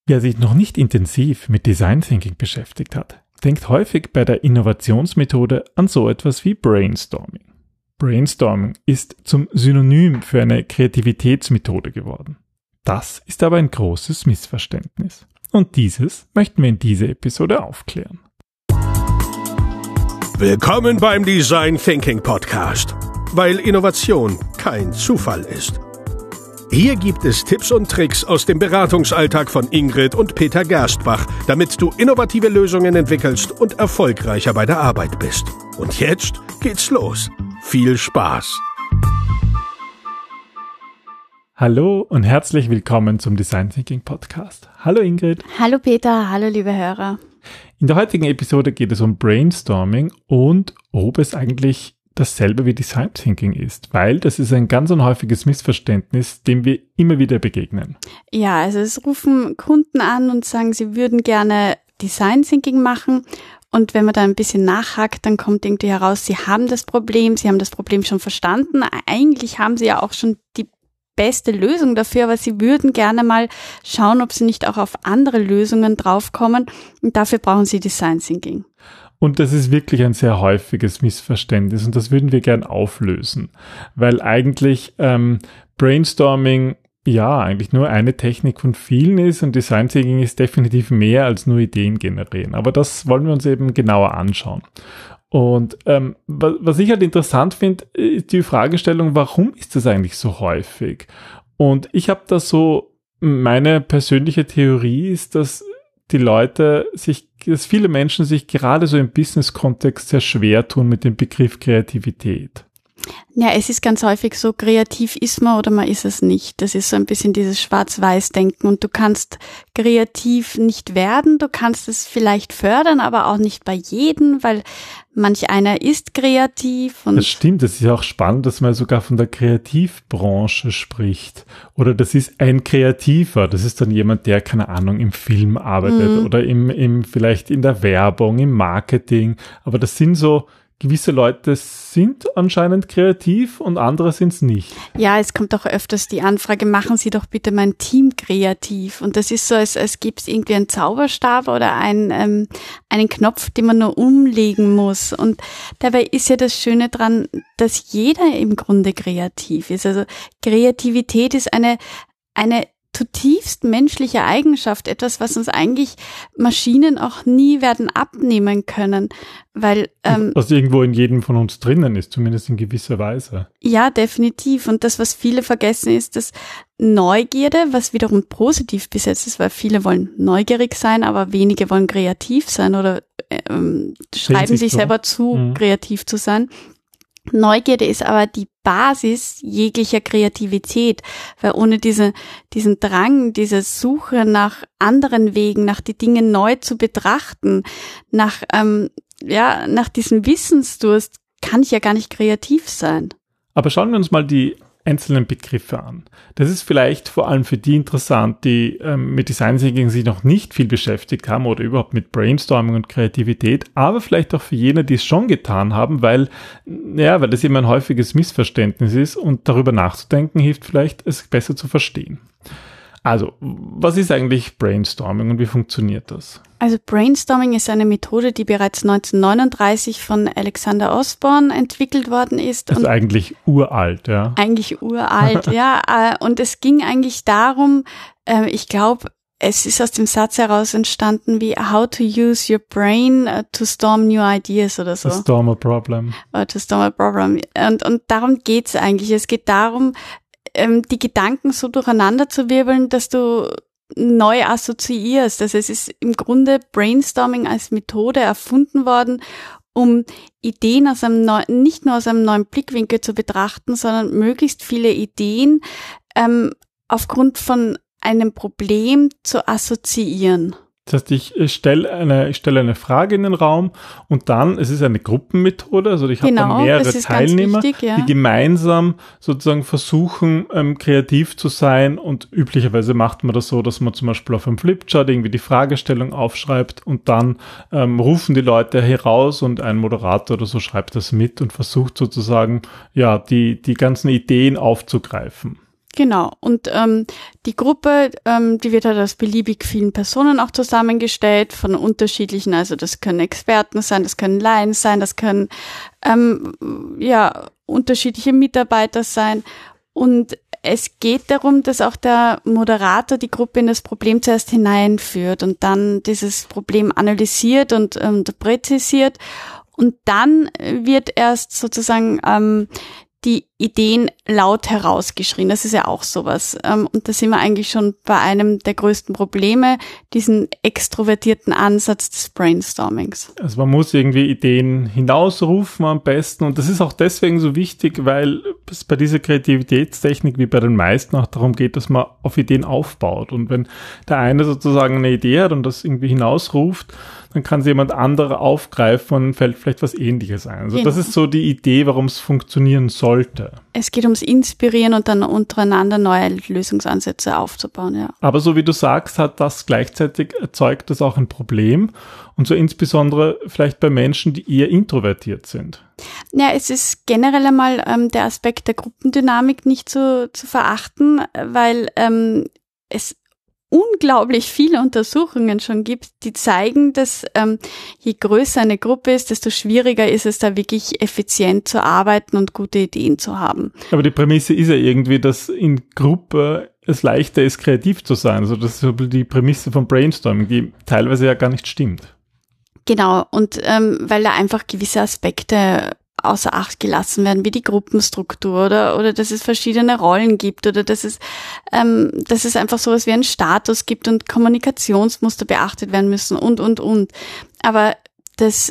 Wer sich noch nicht intensiv mit Design Thinking beschäftigt hat, denkt häufig bei der Innovationsmethode an so etwas wie Brainstorming. Brainstorming ist zum Synonym für eine Kreativitätsmethode geworden. Das ist aber ein großes Missverständnis. Und dieses möchten wir in dieser Episode aufklären. Willkommen beim Design Thinking Podcast, weil Innovation kein Zufall ist. Hier gibt es Tipps und Tricks aus dem Beratungsalltag von Ingrid und Peter Gerstbach, damit du innovative Lösungen entwickelst und erfolgreicher bei der Arbeit bist. Und jetzt geht's los. Viel Spaß! Hallo und herzlich willkommen zum Design Thinking Podcast. Hallo Ingrid. Hallo Peter, hallo liebe Hörer. In der heutigen Episode geht es um Brainstorming und ob es eigentlich dasselbe wie Design Thinking ist, weil das ist ein ganz häufiges Missverständnis, dem wir immer wieder begegnen. Ja, also es rufen Kunden an und sagen, sie würden gerne Design Thinking machen und wenn man da ein bisschen nachhakt, dann kommt irgendwie heraus, sie haben das Problem schon verstanden, eigentlich haben sie ja auch schon die beste Lösung dafür, aber sie würden gerne mal schauen, ob sie nicht auch auf andere Lösungen draufkommen und dafür brauchen sie Design Thinking. Und das ist wirklich ein sehr häufiges Missverständnis und das würden wir gern auflösen, weil eigentlich Brainstorming ja eigentlich nur eine Technik von vielen ist und Design Thinking ist definitiv mehr als nur Ideen generieren. Aber das wollen wir uns eben genauer anschauen. Und was ich halt interessant finde, ist die Fragestellung, warum ist das eigentlich so häufig? Und ich habe da so, meine persönliche Theorie ist, dass viele Menschen sich gerade so im Business-Kontext sehr schwer tun mit dem Begriff Kreativität. Ja, es ist ganz häufig so, kreativ ist man oder man ist es nicht. Das ist so ein bisschen dieses Schwarz-Weiß-Denken und du kannst kreativ nicht werden, du kannst es vielleicht fördern, aber auch nicht bei jedem, weil manch einer ist kreativ. Und das stimmt, das ist ja auch spannend, dass man sogar von der Kreativbranche spricht. Oder das ist ein Kreativer, das ist dann jemand, der, keine Ahnung, im Film arbeitet oder vielleicht in der Werbung, im Marketing. Aber das sind so, gewisse Leute sind anscheinend kreativ und andere sind es nicht. Ja, es kommt auch öfters die Anfrage, machen Sie doch bitte mein Team kreativ. Und das ist so, als gäbe es irgendwie einen Zauberstab oder einen Knopf, den man nur umlegen muss. Und dabei ist ja das Schöne dran, dass jeder im Grunde kreativ ist. Also Kreativität ist eine zutiefst menschliche Eigenschaft, etwas, was uns eigentlich Maschinen auch nie werden abnehmen können, weil was irgendwo in jedem von uns drinnen ist, zumindest in gewisser Weise. Ja, definitiv. Und das, was viele vergessen, ist, dass Neugierde, was wiederum positiv besetzt ist, weil viele wollen neugierig sein, aber wenige wollen kreativ sein oder schreiben sich selber zu, kreativ zu sein. Neugierde ist aber die Basis jeglicher Kreativität, weil ohne diesen Drang, diese Suche nach anderen Wegen, nach die Dinge neu zu betrachten, nach diesem Wissensdurst, kann ich ja gar nicht kreativ sein. Aber schauen wir uns mal die einzelnen Begriffe an. Das ist vielleicht vor allem für die interessant, die mit Design Thinking sich noch nicht viel beschäftigt haben oder überhaupt mit Brainstorming und Kreativität, aber vielleicht auch für jene, die es schon getan haben, weil das eben ein häufiges Missverständnis ist und darüber nachzudenken hilft vielleicht, es besser zu verstehen. Also, was ist eigentlich Brainstorming und wie funktioniert das? Also Brainstorming ist eine Methode, die bereits 1939 von Alexander Osborne entwickelt worden ist. Also eigentlich uralt, ja. Eigentlich uralt, ja. Und es ging eigentlich darum, ich glaube, es ist aus dem Satz heraus entstanden wie how to use your brain to storm new ideas oder so. To storm a problem. To storm a problem. Und darum geht's eigentlich. Es geht darum, die Gedanken so durcheinander zu wirbeln, dass du neu assoziierst. Also es ist im Grunde Brainstorming als Methode erfunden worden, um Ideen nicht nur aus einem neuen Blickwinkel zu betrachten, sondern möglichst viele Ideen aufgrund von einem Problem zu assoziieren. Das heißt, ich stelle eine Frage in den Raum und dann, es ist eine Gruppenmethode, also ich habe dann mehrere Teilnehmer, die gemeinsam sozusagen versuchen, kreativ zu sein und üblicherweise macht man das so, dass man zum Beispiel auf einem Flipchart irgendwie die Fragestellung aufschreibt und dann rufen die Leute heraus und ein Moderator oder so schreibt das mit und versucht sozusagen, die ganzen Ideen aufzugreifen. Genau. Und die Gruppe, die wird halt aus beliebig vielen Personen auch zusammengestellt, von unterschiedlichen, also das können Experten sein, das können Laien sein, das können unterschiedliche Mitarbeiter sein. Und es geht darum, dass auch der Moderator die Gruppe in das Problem zuerst hineinführt und dann dieses Problem analysiert und präzisiert. Und dann wird erst sozusagen die Ideen laut herausgeschrien. Das ist ja auch sowas. Und da sind wir eigentlich schon bei einem der größten Probleme, diesen extrovertierten Ansatz des Brainstormings. Also man muss irgendwie Ideen hinausrufen am besten. Und das ist auch deswegen so wichtig, weil es bei dieser Kreativitätstechnik wie bei den meisten auch darum geht, dass man auf Ideen aufbaut. Und wenn der eine sozusagen eine Idee hat und das irgendwie hinausruft, dann kann sie jemand anderer aufgreifen und fällt vielleicht was Ähnliches ein. Also Das ist so die Idee, warum es funktionieren sollte. Es geht ums Inspirieren und dann untereinander neue Lösungsansätze aufzubauen, ja. Aber so wie du sagst, hat das gleichzeitig erzeugt das auch ein Problem. Und so insbesondere vielleicht bei Menschen, die eher introvertiert sind. Ja, es ist generell einmal der Aspekt der Gruppendynamik nicht zu verachten, weil es unglaublich viele Untersuchungen schon gibt, die zeigen, dass je größer eine Gruppe ist, desto schwieriger ist es, da wirklich effizient zu arbeiten und gute Ideen zu haben. Aber die Prämisse ist ja irgendwie, dass in Gruppe es leichter ist, kreativ zu sein. Also das ist die Prämisse von Brainstorming, die teilweise ja gar nicht stimmt. Genau, und weil da einfach gewisse Aspekte außer Acht gelassen werden, wie die Gruppenstruktur oder dass es verschiedene Rollen gibt oder dass es einfach sowas wie einen Status gibt und Kommunikationsmuster beachtet werden müssen und. Aber das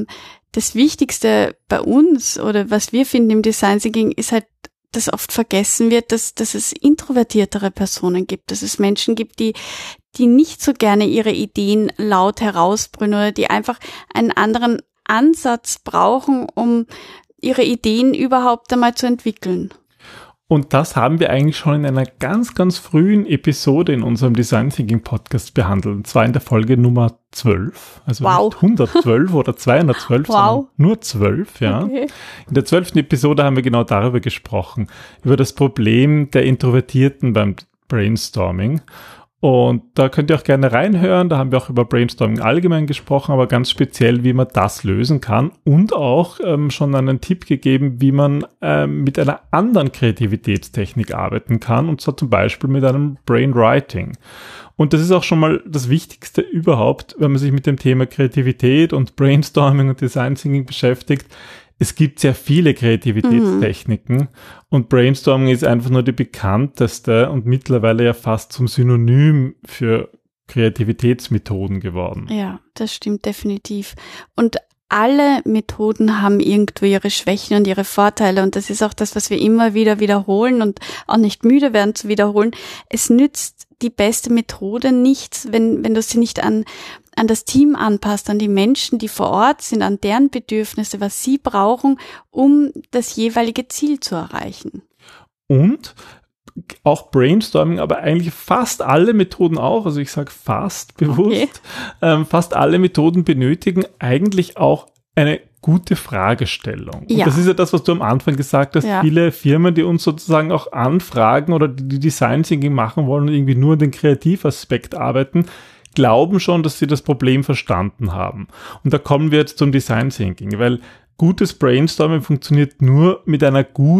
Wichtigste bei uns oder was wir finden im Design Thinking ist halt, dass oft vergessen wird, dass es introvertiertere Personen gibt, dass es Menschen gibt, die nicht so gerne ihre Ideen laut herausbrüllen oder die einfach einen anderen Ansatz brauchen, um ihre Ideen überhaupt einmal zu entwickeln. Und das haben wir eigentlich schon in einer ganz, ganz frühen Episode in unserem Design Thinking Podcast behandelt. Und zwar in der Folge Nummer 12. Also nicht 112 oder 212, sondern nur 12, ja. Okay. In der 12. Episode haben wir genau darüber gesprochen. Über das Problem der Introvertierten beim Brainstorming. Und da könnt ihr auch gerne reinhören, da haben wir auch über Brainstorming allgemein gesprochen, aber ganz speziell, wie man das lösen kann und auch schon einen Tipp gegeben, wie man mit einer anderen Kreativitätstechnik arbeiten kann, und zwar zum Beispiel mit einem Brainwriting. Und das ist auch schon mal das Wichtigste überhaupt, wenn man sich mit dem Thema Kreativität und Brainstorming und Design Thinking beschäftigt. Es gibt sehr viele Kreativitätstechniken und Brainstorming ist einfach nur die bekannteste und mittlerweile ja fast zum Synonym für Kreativitätsmethoden geworden. Ja, das stimmt definitiv. Und alle Methoden haben irgendwo ihre Schwächen und ihre Vorteile, und das ist auch das, was wir immer wieder wiederholen und auch nicht müde werden zu wiederholen. Es nützt die beste Methode nichts, wenn du sie nicht an das Team anpasst, an die Menschen, die vor Ort sind, an deren Bedürfnisse, was sie brauchen, um das jeweilige Ziel zu erreichen. Und auch Brainstorming, aber eigentlich fast alle Methoden auch, also ich sage fast bewusst, fast alle Methoden benötigen eigentlich auch eine gute Fragestellung. Und das ist ja das, was du am Anfang gesagt hast, viele Firmen, die uns sozusagen auch anfragen oder die Design Thinking machen wollen und irgendwie nur den Kreativaspekt arbeiten, glauben schon, dass sie das Problem verstanden haben. Und da kommen wir jetzt zum Design Thinking, weil gutes Brainstorming funktioniert nur mit der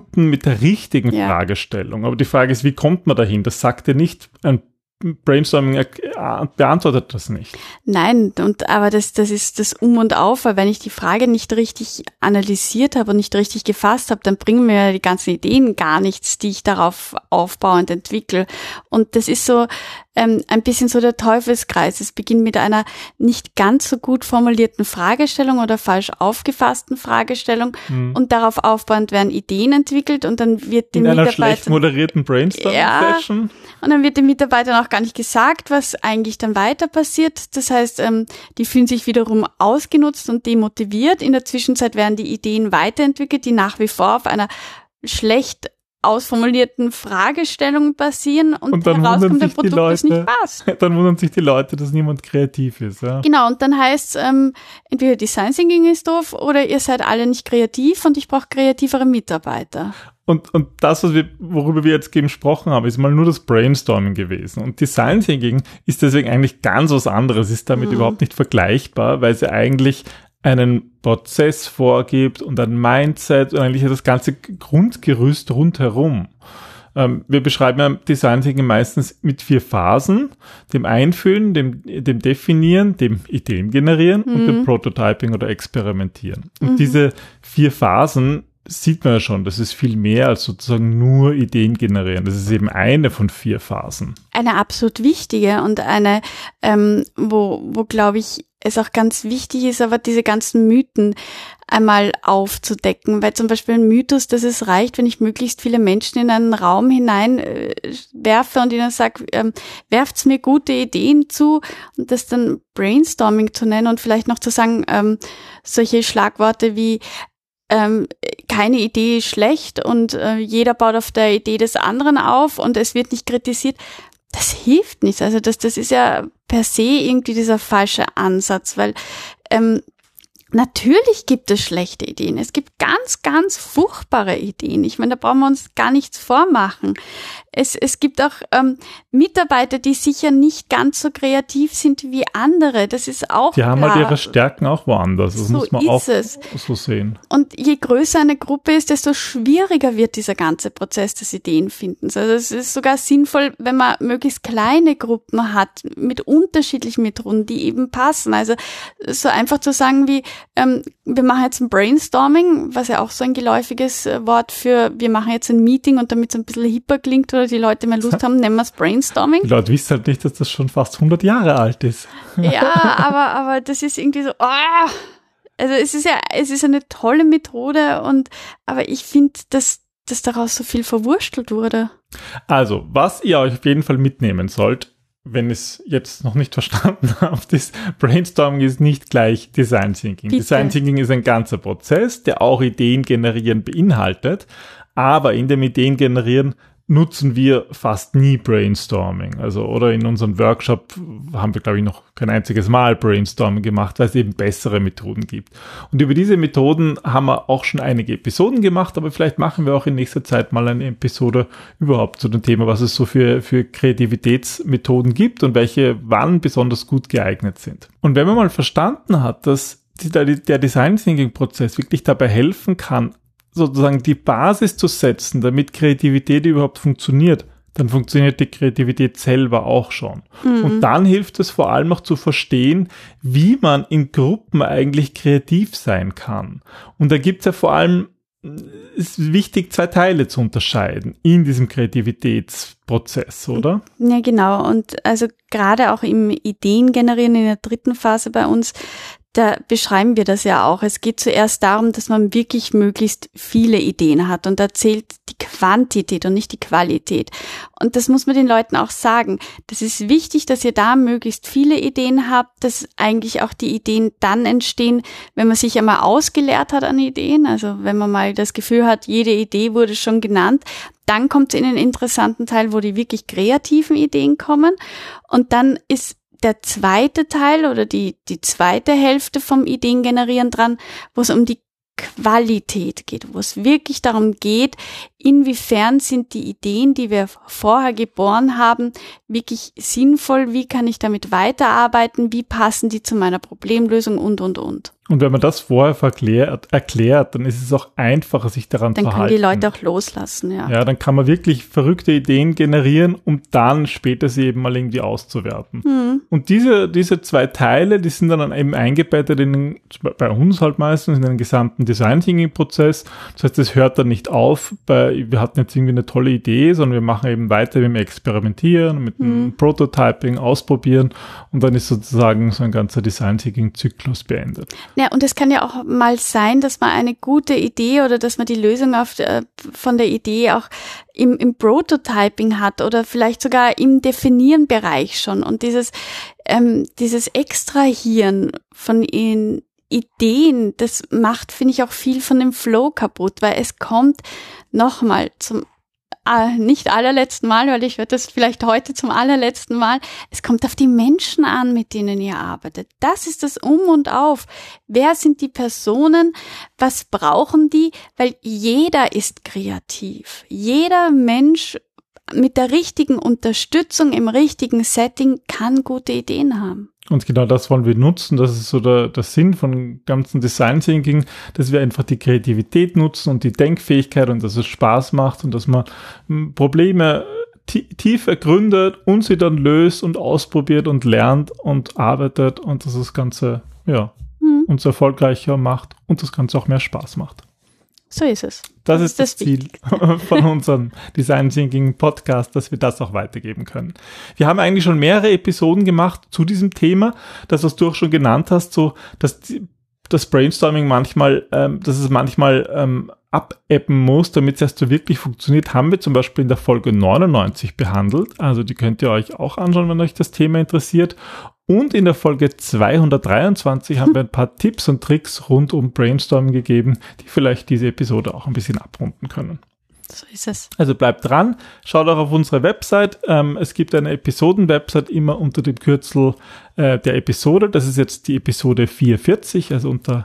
richtigen Fragestellung. Aber die Frage ist, wie kommt man dahin? Das sagt ja nicht, ein Brainstorming beantwortet das nicht. Nein, aber das ist das Um und Auf, weil wenn ich die Frage nicht richtig analysiert habe und nicht richtig gefasst habe, dann bringen mir die ganzen Ideen gar nichts, die ich darauf aufbauend entwickle. Und das ist so ein bisschen so der Teufelskreis. Es beginnt mit einer nicht ganz so gut formulierten Fragestellung oder falsch aufgefassten Fragestellung und darauf aufbauend werden Ideen entwickelt und dann wird dem Mitarbeiter... In einer schlecht moderierten Brainstorming-Session? Und dann wird den Mitarbeitern auch gar nicht gesagt, was eigentlich dann weiter passiert. Das heißt, die fühlen sich wiederum ausgenutzt und demotiviert. In der Zwischenzeit werden die Ideen weiterentwickelt, die nach wie vor auf einer schlecht ausformulierten Fragestellungen basieren und dann herauskommt ein Produkt, das nicht passt. Dann wundern sich die Leute, dass niemand kreativ ist. Ja. Genau, und dann heißt es, entweder Design Thinking ist doof oder ihr seid alle nicht kreativ und ich brauche kreativere Mitarbeiter. Und das, worüber wir jetzt gesprochen haben, ist mal nur das Brainstorming gewesen. Und Design Thinking ist deswegen eigentlich ganz was anderes, ist damit überhaupt nicht vergleichbar, weil sie eigentlich einen Prozess vorgibt und ein Mindset und eigentlich das ganze Grundgerüst rundherum. Wir beschreiben ja Design Thinking meistens mit 4 Phasen, dem Einfühlen, dem Definieren, dem Ideen generieren und dem Prototyping oder Experimentieren. Und diese 4 Phasen sieht man ja schon, das ist viel mehr als sozusagen nur Ideen generieren. Das ist eben eine von 4 Phasen. Eine absolut wichtige und eine, wo glaube ich, es auch ganz wichtig ist, aber diese ganzen Mythen einmal aufzudecken, weil zum Beispiel ein Mythos, dass es reicht, wenn ich möglichst viele Menschen in einen Raum hinein werfe und ihnen sage, werft's mir gute Ideen zu und das dann Brainstorming zu nennen und vielleicht noch zu sagen, solche Schlagworte wie keine Idee ist schlecht und jeder baut auf der Idee des anderen auf und es wird nicht kritisiert. Das hilft nichts. Also das ist ja per se irgendwie dieser falsche Ansatz, weil natürlich gibt es schlechte Ideen. Es gibt ganz, ganz furchtbare Ideen. Ich meine, da brauchen wir uns gar nichts vormachen. Es gibt auch Mitarbeiter, die sicher nicht ganz so kreativ sind wie andere. Das ist auch die haben halt ihre Stärken auch woanders. Das muss man auch so sehen. Und je größer eine Gruppe ist, desto schwieriger wird dieser ganze Prozess des Ideenfindens. Also es ist sogar sinnvoll, wenn man möglichst kleine Gruppen hat mit unterschiedlichen Methoden, die eben passen. Also so einfach zu sagen wie, wir machen jetzt ein Brainstorming, was ja auch so ein geläufiges Wort für, wir machen jetzt ein Meeting und damit es ein bisschen hipper klingt oder die Leute mehr Lust haben, nennen wir es Brainstorming. Die Leute wissen halt nicht, dass das schon fast 100 Jahre alt ist. Ja, aber das ist irgendwie so, also es ist eine tolle Methode aber ich finde, dass daraus so viel verwurstelt wurde. Also, was ihr euch auf jeden Fall mitnehmen sollt, wenn ihr es jetzt noch nicht verstanden habt, ist, Brainstorming ist nicht gleich Design Thinking. Bitte. Design Thinking ist ein ganzer Prozess, der auch Ideen generieren beinhaltet, aber in dem Ideen generieren nutzen wir fast nie Brainstorming. Also, oder in unserem Workshop haben wir, glaube ich, noch kein einziges Mal Brainstorming gemacht, weil es eben bessere Methoden gibt. Und über diese Methoden haben wir auch schon einige Episoden gemacht, aber vielleicht machen wir auch in nächster Zeit mal eine Episode überhaupt zu dem Thema, was es so für Kreativitätsmethoden gibt und welche wann besonders gut geeignet sind. Und wenn man mal verstanden hat, dass der Design Thinking Prozess wirklich dabei helfen kann, sozusagen die Basis zu setzen, damit Kreativität überhaupt funktioniert, dann funktioniert die Kreativität selber auch schon. Und dann hilft es vor allem auch zu verstehen, wie man in Gruppen eigentlich kreativ sein kann. Und da gibt es ja vor allem, ist wichtig, 2 Teile zu unterscheiden in diesem Kreativitätsprozess, oder? Ja, genau. Und also gerade auch im Ideen generieren in der 3. Phase bei uns, da beschreiben wir das ja auch. Es geht zuerst darum, dass man wirklich möglichst viele Ideen hat und da zählt die Quantität und nicht die Qualität. Und das muss man den Leuten auch sagen. Das ist wichtig, dass ihr da möglichst viele Ideen habt, dass eigentlich auch die Ideen dann entstehen, wenn man sich einmal ausgeleert hat an Ideen. Also wenn man mal das Gefühl hat, jede Idee wurde schon genannt, dann kommt es in den interessanten Teil, wo die wirklich kreativen Ideen kommen. Und dann ist der zweite Teil oder die zweite Hälfte vom Ideengenerieren dran, wo es um die Qualität geht, wo es wirklich darum geht, inwiefern sind die Ideen, die wir vorher geboren haben, wirklich sinnvoll, wie kann ich damit weiterarbeiten, wie passen die zu meiner Problemlösung und. Und wenn man das vorher erklärt, dann ist es auch einfacher, sich daran zu halten. Dann können die Leute auch loslassen, ja. Ja, dann kann man wirklich verrückte Ideen generieren, um dann später sie eben mal irgendwie auszuwerten. Und diese 2 Teile, die sind dann eben eingebettet bei uns halt meistens in den gesamten Design-Thinking-Prozess. Das heißt, es hört dann nicht auf, wir hatten jetzt irgendwie eine tolle Idee, sondern wir machen eben weiter mit dem Experimentieren, mit dem Prototyping, Ausprobieren und dann ist sozusagen so ein ganzer Design-Thinking-Zyklus beendet. Ja, und es kann ja auch mal sein, dass man eine gute Idee oder dass man die Lösung von der Idee auch im Prototyping hat oder vielleicht sogar im Definieren-Bereich schon. Und dieses Extrahieren von Ideen, das macht, finde ich, auch viel von dem Flow kaputt, weil es kommt nochmal zum nicht allerletzten Mal, weil ich werde das vielleicht heute zum allerletzten Mal, es kommt auf die Menschen an, mit denen ihr arbeitet. Das ist das Um und Auf. Wer sind die Personen? Was brauchen die? Weil jeder ist kreativ. Jeder Mensch mit der richtigen Unterstützung im richtigen Setting kann gute Ideen haben. Und genau das wollen wir nutzen. Das ist so der Sinn von ganzen Design Thinking, dass wir einfach die Kreativität nutzen und die Denkfähigkeit und dass es Spaß macht und dass man Probleme tief ergründet und sie dann löst und ausprobiert und lernt und arbeitet und dass das Ganze uns erfolgreicher macht und das Ganze auch mehr Spaß macht. So ist es. Das ist das Ziel von unserem Design Thinking Podcast, dass wir das auch weitergeben können. Wir haben eigentlich schon mehrere Episoden gemacht zu diesem Thema. Das, was du auch schon genannt hast, so, dass das Brainstorming manchmal, dass es manchmal abebben muss, damit es erst so wirklich funktioniert, haben wir zum Beispiel in der Folge 99 behandelt. Also die könnt ihr euch auch anschauen, wenn euch das Thema interessiert. Und in der Folge 223 haben wir ein paar Tipps und Tricks rund um Brainstorming gegeben, die vielleicht diese Episode auch ein bisschen abrunden können. So ist es. Also bleibt dran, schaut auch auf unsere Website. Es gibt eine Episoden-Website immer unter dem Kürzel der Episode. Das ist jetzt die Episode 44, also unter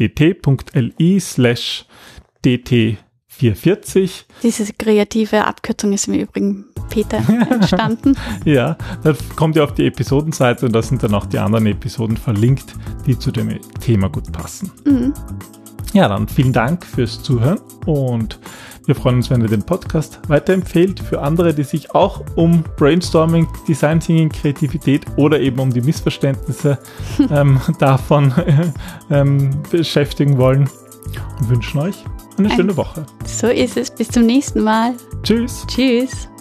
gdt.li/dt440. Diese kreative Abkürzung ist im Übrigen Peter entstanden. Ja, dann kommt ihr auf die Episodenseite und da sind dann auch die anderen Episoden verlinkt, die zu dem Thema gut passen. Mhm. Ja, dann vielen Dank fürs Zuhören und wir freuen uns, wenn ihr den Podcast weiterempfehlt für andere, die sich auch um Brainstorming, Design Thinking, Kreativität oder eben um die Missverständnisse davon beschäftigen wollen und wünschen euch eine schöne Woche. So ist es. Bis zum nächsten Mal. Tschüss. Tschüss.